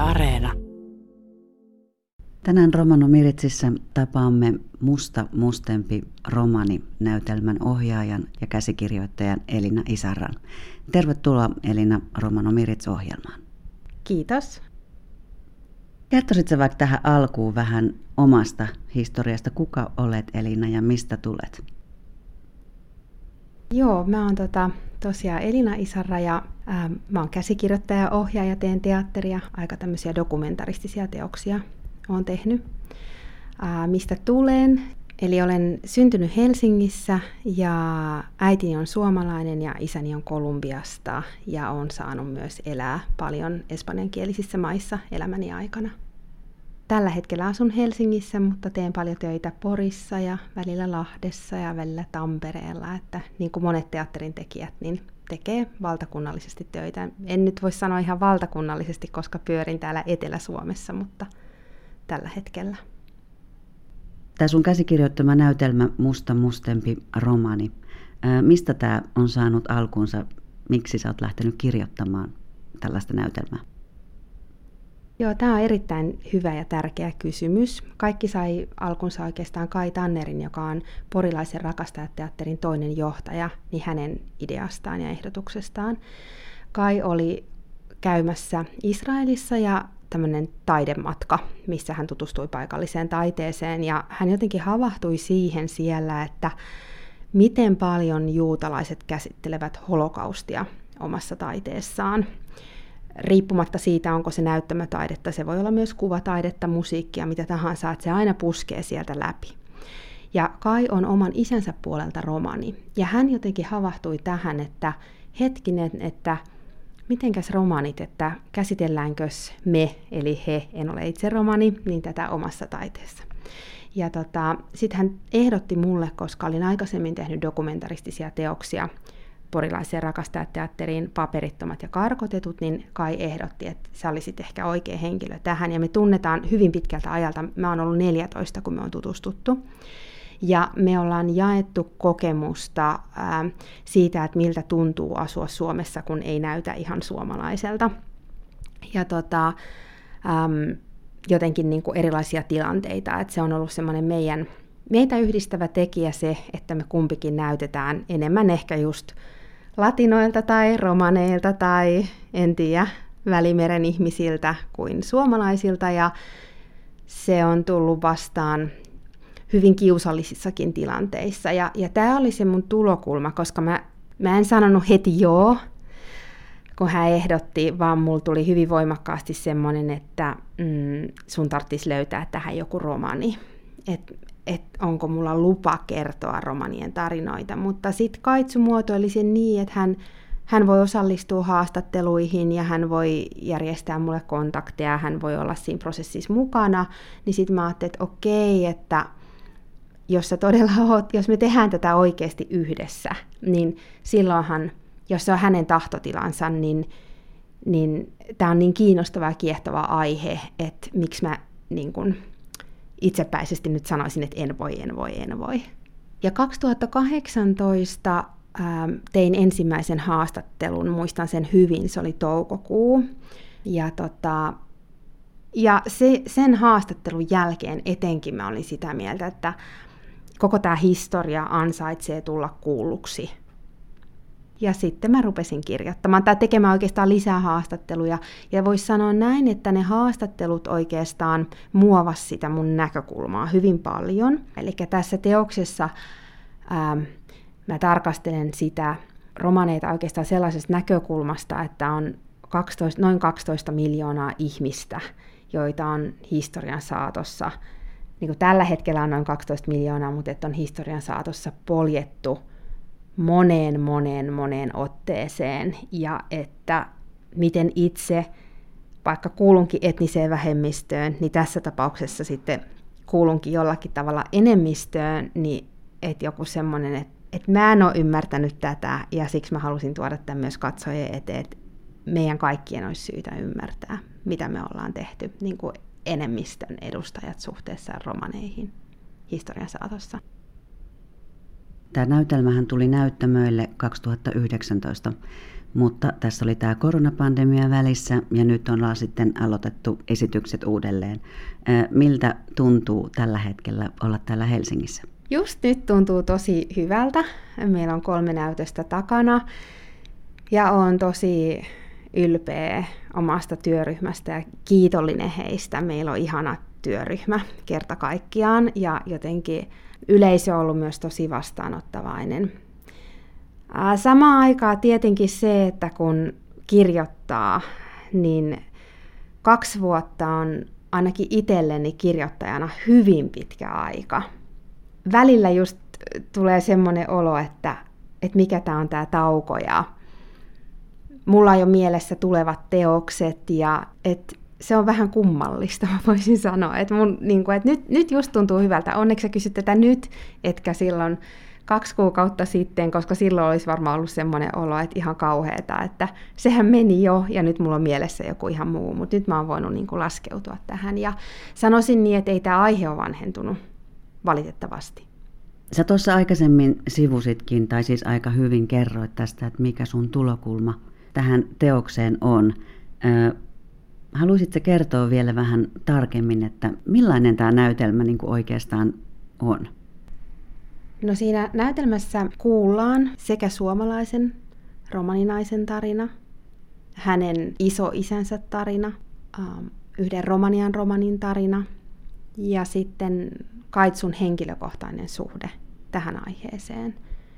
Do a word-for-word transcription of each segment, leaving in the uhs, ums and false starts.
Areena. Tänään Romano Miritsissä tapaamme Musta mustempi romani-näytelmän ohjaajan ja käsikirjoittajan Elina Isarran. Tervetuloa Elina Romano Mirits-ohjelmaan. Kiitos. Kertoisitko vaikka tähän alkuun vähän omasta historiasta? Kuka olet Elina ja mistä tulet? Joo, mä oon tota, tosiaan Elina Isarra ja ää, mä oon käsikirjoittaja, ohjaaja, teen teatteria, aika tämmöisiä dokumentaristisia teoksia oon tehnyt. Ää, mistä tulen? Eli olen syntynyt Helsingissä ja äitini on suomalainen ja isäni on Kolumbiasta ja olen saanut myös elää paljon espanjankielisissä maissa elämäni aikana. Tällä hetkellä asun Helsingissä, mutta teen paljon töitä Porissa ja välillä Lahdessa ja välillä Tampereella, että niin kuin monet teatterin tekijät, niin tekee valtakunnallisesti töitä. En nyt voi sanoa ihan valtakunnallisesti, koska pyörin täällä Etelä-Suomessa, mutta tällä hetkellä. Tämä sun käsikirjoittama näytelmä Musta mustempi romani. Ää, mistä tämä on saanut alkunsa? Miksi sä oot lähtenyt kirjoittamaan tällaista näytelmää? Joo, tämä on erittäin hyvä ja tärkeä kysymys. Kaikki sai alkunsa oikeastaan Kai Tannerin, joka on Porilaisen rakastajateatterin toinen johtaja, niin hänen ideastaan ja ehdotuksestaan. Kai oli käymässä Israelissa ja tämmöinen taidematka, missä hän tutustui paikalliseen taiteeseen, ja hän jotenkin havahtui siihen siellä, että miten paljon juutalaiset käsittelevät holokaustia omassa taiteessaan. Riippumatta siitä, onko se näyttämötaidetta, se voi olla myös kuvataidetta, musiikkia, mitä tahansa, että se aina puskee sieltä läpi. Ja Kai on oman isänsä puolelta romani, ja hän jotenkin havahtui tähän, että hetkinen, että mitenkäs romanit, että käsitelläänkös me, eli he, en ole itse romani, niin tätä omassa taiteessa. Ja tota, sitten hän ehdotti mulle, koska olin aikaisemmin tehnyt dokumentaristisia teoksia Porilaiseen rakastajateatteriin, Paperittomat ja karkotetut, niin Kai ehdotti, että sä olisit ehkä oikea henkilö tähän. Ja me tunnetaan hyvin pitkältä ajalta, mä oon ollut neljätoista, kun me on tutustuttu. Ja me ollaan jaettu kokemusta ää, siitä, että miltä tuntuu asua Suomessa, kun ei näytä ihan suomalaiselta. Ja tota, äm, jotenkin niin kuin erilaisia tilanteita. Että se on ollut semmoinen meidän, meitä yhdistävä tekijä se, että me kumpikin näytetään enemmän ehkä just latinoilta tai romaneilta tai en tiedä, Välimeren ihmisiltä kuin suomalaisilta. Ja se on tullut vastaan hyvin kiusallisissakin tilanteissa. Ja, ja tämä oli se mun tulokulma, koska mä, mä en sanonut heti joo, kun hän ehdotti, vaan mulla tuli hyvin voimakkaasti semmoinen, että mm, sun tarvitsisi löytää tähän joku romani. Että et onko mulla lupa kertoa romanien tarinoita. Mutta sitten Kaitsu muotoili sen niin, että hän, hän voi osallistua haastatteluihin ja hän voi järjestää mulle kontakteja, hän voi olla siinä prosessissa mukana. Niin sitten mä ajattelin, että okei, että jos sä todella oot, jos me tehdään tätä oikeasti yhdessä, niin silloinhan, jos se on hänen tahtotilansa, niin, niin tämä on niin kiinnostava ja kiehtova aihe, että miksi mä niin kun itsepäisesti nyt sanoisin, että en voi, en voi, en voi. Ja kaksituhattakahdeksantoista ää, tein ensimmäisen haastattelun, muistan sen hyvin, se oli toukokuu. Ja, tota, ja se, sen haastattelun jälkeen etenkin mä olin sitä mieltä, että koko tämä historia ansaitsee tulla kuulluksi. Ja sitten mä rupesin kirjoittamaan tai tekemään oikeastaan lisää haastatteluja. Ja voisi sanoa näin, että ne haastattelut oikeastaan muovasi sitä mun näkökulmaa hyvin paljon. Eli tässä teoksessa ää, mä tarkastelen sitä romaneita oikeastaan sellaisesta näkökulmasta, että on kaksitoista, noin kaksitoista miljoonaa ihmistä, joita on historian saatossa. Niin kuin tällä hetkellä on noin kaksitoista miljoonaa, mutta että on historian saatossa poljettu moneen, moneen, moneen otteeseen, ja että miten itse, vaikka kuulunkin etniseen vähemmistöön, niin tässä tapauksessa sitten kuulunkin jollakin tavalla enemmistöön, niin että joku semmoinen, että, että mä en ole ymmärtänyt tätä, ja siksi mä halusin tuoda tämän myös katsojien eteen, että meidän kaikkien olisi syytä ymmärtää, mitä me ollaan tehty, niin kuin enemmistön edustajat suhteessa romaneihin historian saatossa. Tämä näytelmähän tuli näyttämöille kaksituhattayhdeksäntoista. mutta tässä oli tämä koronapandemia välissä ja nyt ollaan sitten aloitettu esitykset uudelleen. Miltä tuntuu tällä hetkellä olla täällä Helsingissä? Just nyt tuntuu tosi hyvältä. Meillä on kolme näytöstä takana ja olen tosi ylpeä omasta työryhmästä ja kiitollinen heistä. Meillä on ihana työryhmä kerta kaikkiaan ja jotenkin yleisö on ollut myös tosi vastaanottavainen. Samaan aikaan tietenkin se, että kun kirjoittaa, niin kaksi vuotta on ainakin itselleni kirjoittajana hyvin pitkä aika. Välillä just tulee semmoinen olo, että, että mikä tämä on tämä tauko ja mulla on jo mielessä tulevat teokset ja että se on vähän kummallista, mä voisin sanoa. Että, mun, niin kuin, että nyt, nyt just tuntuu hyvältä. Onneksi sä kysyt tätä nyt, etkä silloin kaksi kuukautta sitten, koska silloin olisi varmaan ollut semmoinen olo, että ihan kauheata, että sehän meni jo ja nyt mulla on mielessä joku ihan muu, mutta nyt mä oon voinut niin kuin laskeutua tähän. Ja sanoisin niin, että ei tämä aihe ole vanhentunut, valitettavasti. Sä tuossa aikaisemmin sivusitkin, tai siis aika hyvin kerroit tästä, että mikä sun tulokulma tähän teokseen on. Haluaisitko kertoa vielä vähän tarkemmin, että millainen tämä näytelmä niin kuin oikeastaan on? No siinä näytelmässä kuullaan sekä suomalaisen romaninaisen tarina, hänen isoisänsä tarina, yhden romanian romanin tarina ja sitten Kaitsun henkilökohtainen suhde tähän aiheeseen.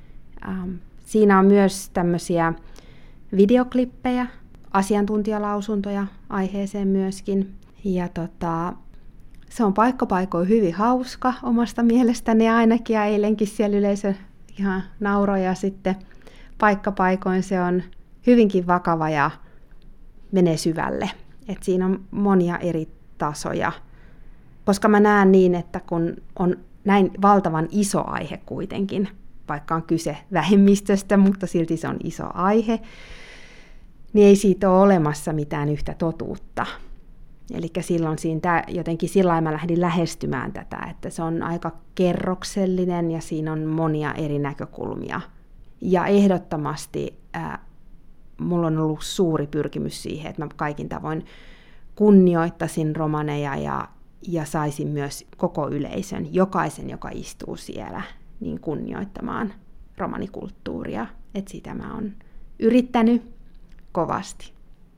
Siinä on myös tämmöisiä videoklippejä, asiantuntijalausuntoja aiheeseen myöskin. Ja tota, se on paikkapaikoin hyvin hauska omasta mielestäni ainakin, ja eilenkin siellä yleisö ihan nauroi, ja sitten paikkapaikoin se on hyvinkin vakava ja menee syvälle. Et siinä on monia eri tasoja, koska mä näen niin, että kun on näin valtavan iso aihe kuitenkin, vaikka on kyse vähemmistöstä, mutta silti se on iso aihe, niin ei siitä ole olemassa mitään yhtä totuutta. Eli silloin siinä jotenkin sillä lailla mä lähdin lähestymään tätä, että se on aika kerroksellinen ja siinä on monia eri näkökulmia. Ja ehdottomasti äh, mulla on ollut suuri pyrkimys siihen, että mä kaikin tavoin kunnioittaisin romaneja ja, ja saisin myös koko yleisön, jokaisen, joka istuu siellä, niin kunnioittamaan romanikulttuuria. Että sitä mä oon yrittänyt kovasti.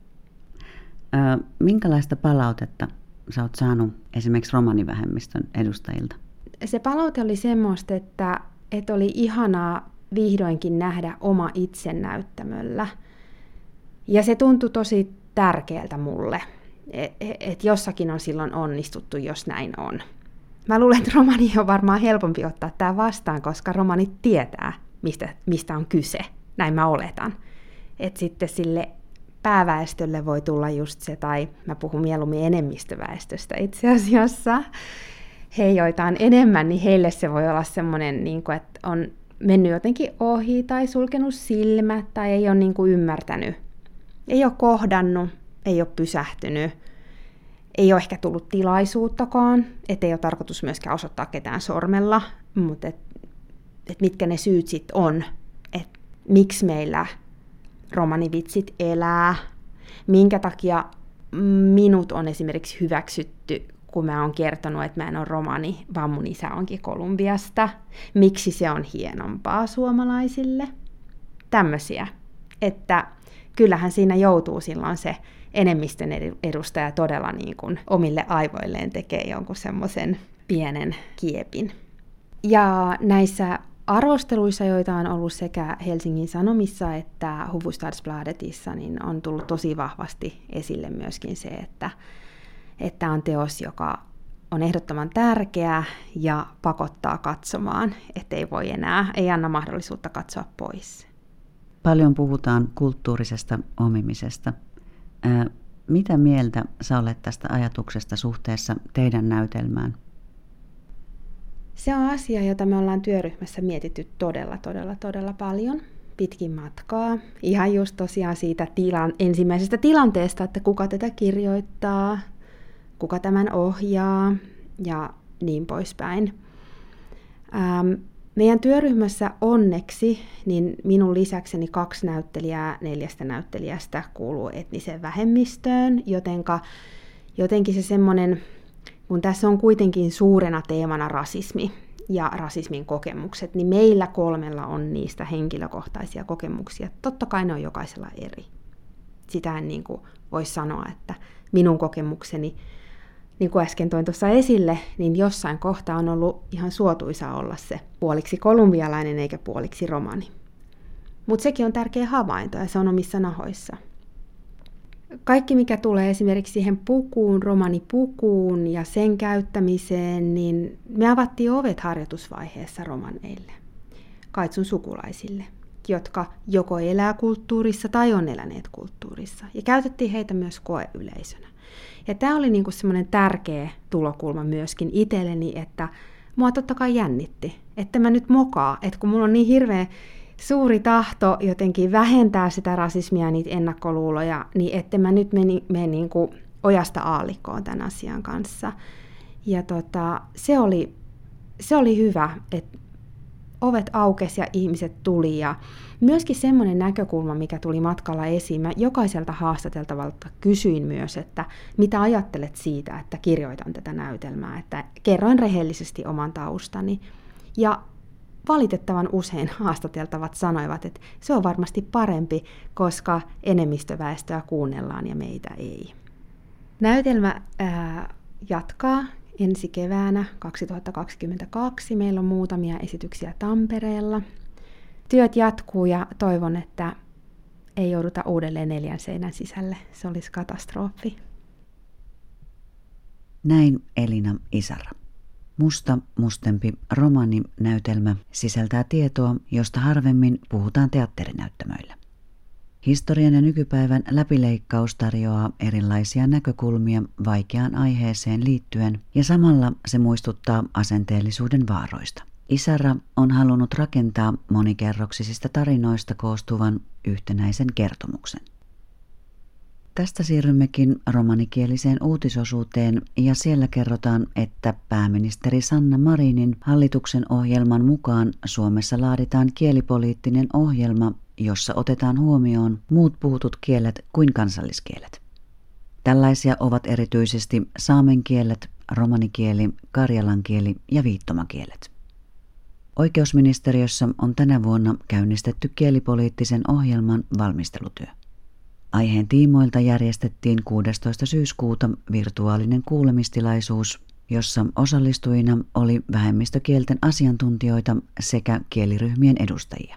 Ö, minkälaista palautetta sä oot saanut esimerkiksi romanivähemmistön edustajilta? Se palaute oli semmoista, että, että oli ihanaa vihdoinkin nähdä oma itse näyttämöllä. Ja se tuntui tosi tärkeältä mulle, että et jossakin on silloin onnistuttu, jos näin on. Mä luulen, että romani on varmaan helpompi ottaa tämä vastaan, koska romanit tietää, mistä, mistä on kyse. Näin mä oletan. Että sitten sille pääväestölle voi tulla just se, tai mä puhun mieluummin enemmistöväestöstä itse asiassa. He, joita on enemmän, niin heille se voi olla semmoinen, niin kuin, että on mennyt jotenkin ohi tai sulkenut silmät tai ei ole niin kuin ymmärtänyt. Ei ole kohdannut, ei ole pysähtynyt, ei ole ehkä tullut tilaisuuttakaan, ettei ole tarkoitus myöskään osoittaa ketään sormella, mutta et, et mitkä ne syyt sitten on, että miksi meillä romanivitsit elää, minkä takia minut on esimerkiksi hyväksytty, kun mä oon kertonut, että mä en ole romani, vaan mun isä onkin Kolumbiasta, miksi se on hienompaa suomalaisille, tämmöisiä, että kyllähän siinä joutuu silloin se enemmistön edustaja todella niin kuin omille aivoilleen tekee jonkun semmoisen pienen kiepin. Ja näissä arvosteluissa, joita on ollut sekä Helsingin Sanomissa että Hufvudstadsbladetissa, niin on tullut tosi vahvasti esille myöskin se, että että on teos, joka on ehdottoman tärkeä ja pakottaa katsomaan, ettei voi enää, ei anna mahdollisuutta katsoa pois. Paljon puhutaan kulttuurisesta omimisesta. Ää, mitä mieltä sä olet tästä ajatuksesta suhteessa teidän näytelmään? Se on asia, jota me ollaan työryhmässä mietitty todella, todella, todella paljon pitkin matkaa. Ihan just tosiaan siitä tilan, ensimmäisestä tilanteesta, että kuka tätä kirjoittaa, kuka tämän ohjaa ja niin poispäin. Ähm, Meidän työryhmässä onneksi, niin minun lisäkseni kaksi näyttelijää neljästä näyttelijästä kuuluu etniseen vähemmistöön, jotenka, jotenkin se semmoinen, kun tässä on kuitenkin suurena teemana rasismi ja rasismin kokemukset, niin meillä kolmella on niistä henkilökohtaisia kokemuksia. Totta kai ne on jokaisella eri. Sitä en niin kuin voi sanoa, että minun kokemukseni, niin kuin äsken toin tuossa esille, niin jossain kohtaa on ollut ihan suotuisa olla se puoliksi kolumbialainen eikä puoliksi romani. Mutta sekin on tärkeä havainto ja se on omissa nahoissa. Kaikki, mikä tulee esimerkiksi siihen pukuun, romanipukuun ja sen käyttämiseen, niin me avattiin ovet harjoitusvaiheessa romaneille, Kaitsun sukulaisille, jotka joko elää kulttuurissa tai on eläneet kulttuurissa. Ja käytettiin heitä myös koeyleisönä. Ja tämä oli niinku semmoinen tärkeä tulokulma myöskin itselleni, että mua totta kai jännitti, että mä nyt mokaa, että kun mulla on niin hirveä suuri tahto jotenkin vähentää sitä rasismia ja niitä ennakkoluuloja, niin että mä nyt mene, mene niinku ojasta aallikkoon tämän asian kanssa. Ja tota, se, oli, se oli hyvä, että ovet aukesi ja ihmiset tuli. Ja myöskin semmoinen näkökulma, mikä tuli matkalla esiin, mä jokaiselta haastateltavalta kysyin myös, että mitä ajattelet siitä, että kirjoitan tätä näytelmää, että kerroin rehellisesti oman taustani. Ja valitettavan usein haastateltavat sanoivat, että se on varmasti parempi, koska enemmistöväestöä kuunnellaan ja meitä ei. Näytelmä ää, jatkaa ensi keväänä kaksituhattakaksikymmentäkaksi. Meillä on muutamia esityksiä Tampereella. Työt jatkuu ja toivon, että ei jouduta uudelleen neljän seinän sisälle. Se olisi katastrofi. Näin Elina Isarra. Musta mustempi romani-näytelmä sisältää tietoa, josta harvemmin puhutaan teatterinäyttämöillä. Historian ja nykypäivän läpileikkaus tarjoaa erilaisia näkökulmia vaikeaan aiheeseen liittyen ja samalla se muistuttaa asenteellisuuden vaaroista. Isarra on halunnut rakentaa monikerroksisista tarinoista koostuvan yhtenäisen kertomuksen. Tästä siirrymmekin romanikieliseen uutisosuuteen ja siellä kerrotaan, että pääministeri Sanna Marinin hallituksen ohjelman mukaan Suomessa laaditaan kielipoliittinen ohjelma, jossa otetaan huomioon muut puhutut kielet kuin kansalliskielet. Tällaisia ovat erityisesti saamen kielet, romanikieli, karjalan kieli ja viittomakielet. Oikeusministeriössä on tänä vuonna käynnistetty kielipoliittisen ohjelman valmistelutyö. Aiheen tiimoilta järjestettiin kuudestoista syyskuuta virtuaalinen kuulemistilaisuus, jossa osallistujina oli vähemmistökielten asiantuntijoita sekä kieliryhmien edustajia.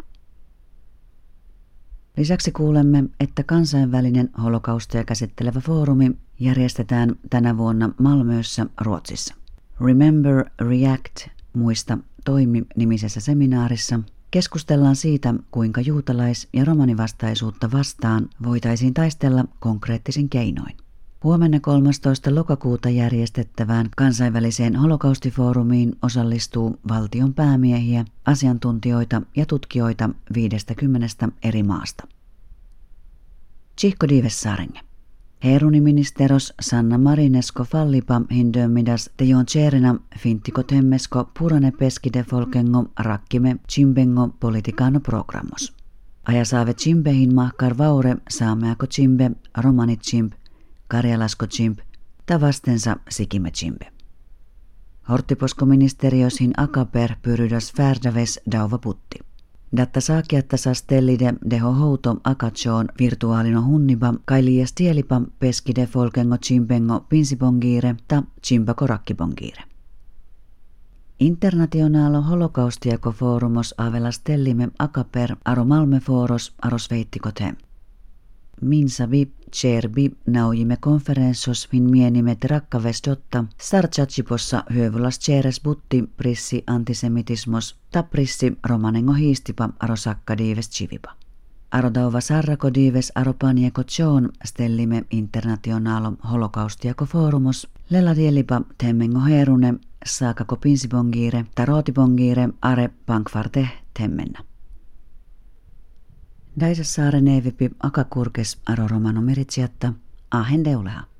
Lisäksi kuulemme, että kansainvälinen holokaustia käsittelevä foorumi järjestetään tänä vuonna Malmössä, Ruotsissa. Remember, React, muista, toimi nimisessä seminaarissa keskustellaan siitä, kuinka juutalais- ja romanivastaisuutta vastaan voitaisiin taistella konkreettisin keinoin. Huomenna kolmastoista lokakuuta järjestettävään kansainväliseen holokaustifoorumiin osallistuu valtion päämiehiä, asiantuntijoita ja tutkijoita viidestäkymmenestä eri maasta. Tsihko Diivessaarenge. Heruniministeros Sanna Marinesko fallipa hindömidas tejon tjerina fintiko temmesko purane peskide folkengo rakkime chimbengo politikano programos. Ajasaave chimbehin mahkar vaure saameako chimbe, romanit chimp, karjalasko chimp, tavastensa sikime chimbe. Horttiposkoministeriöshin akaper pyrydas färdaves dauva putti. Datta saakiatta sastellide deho houto akatsoon virtuaalino hunniba kailias tielipa peskide folkengo chimpengo pinsibongiire ta chimpako rakkibongiire. Internationalo holokaustiako foorumos avelas tellime akaper aro Malmö foros aro sveittikote. Minsabi cherbi naujime konferenssos min mienimet rakkaves dotta sarchachipossa hyövulas cheres butti prissi antisemitismos ta prissi romanengo hiistipa aro sakka diives chivipa. Aro dauva sarrako diives aro panieko tjoon stellime internationalo holokaustiako foorumos lella dielipa temmengo herune saakako pinsibongiire ta rootibongiire are pankfarte temmennä. Daisessaaren eivipi akakurkes aro romano meritsiatta ahen deuleha.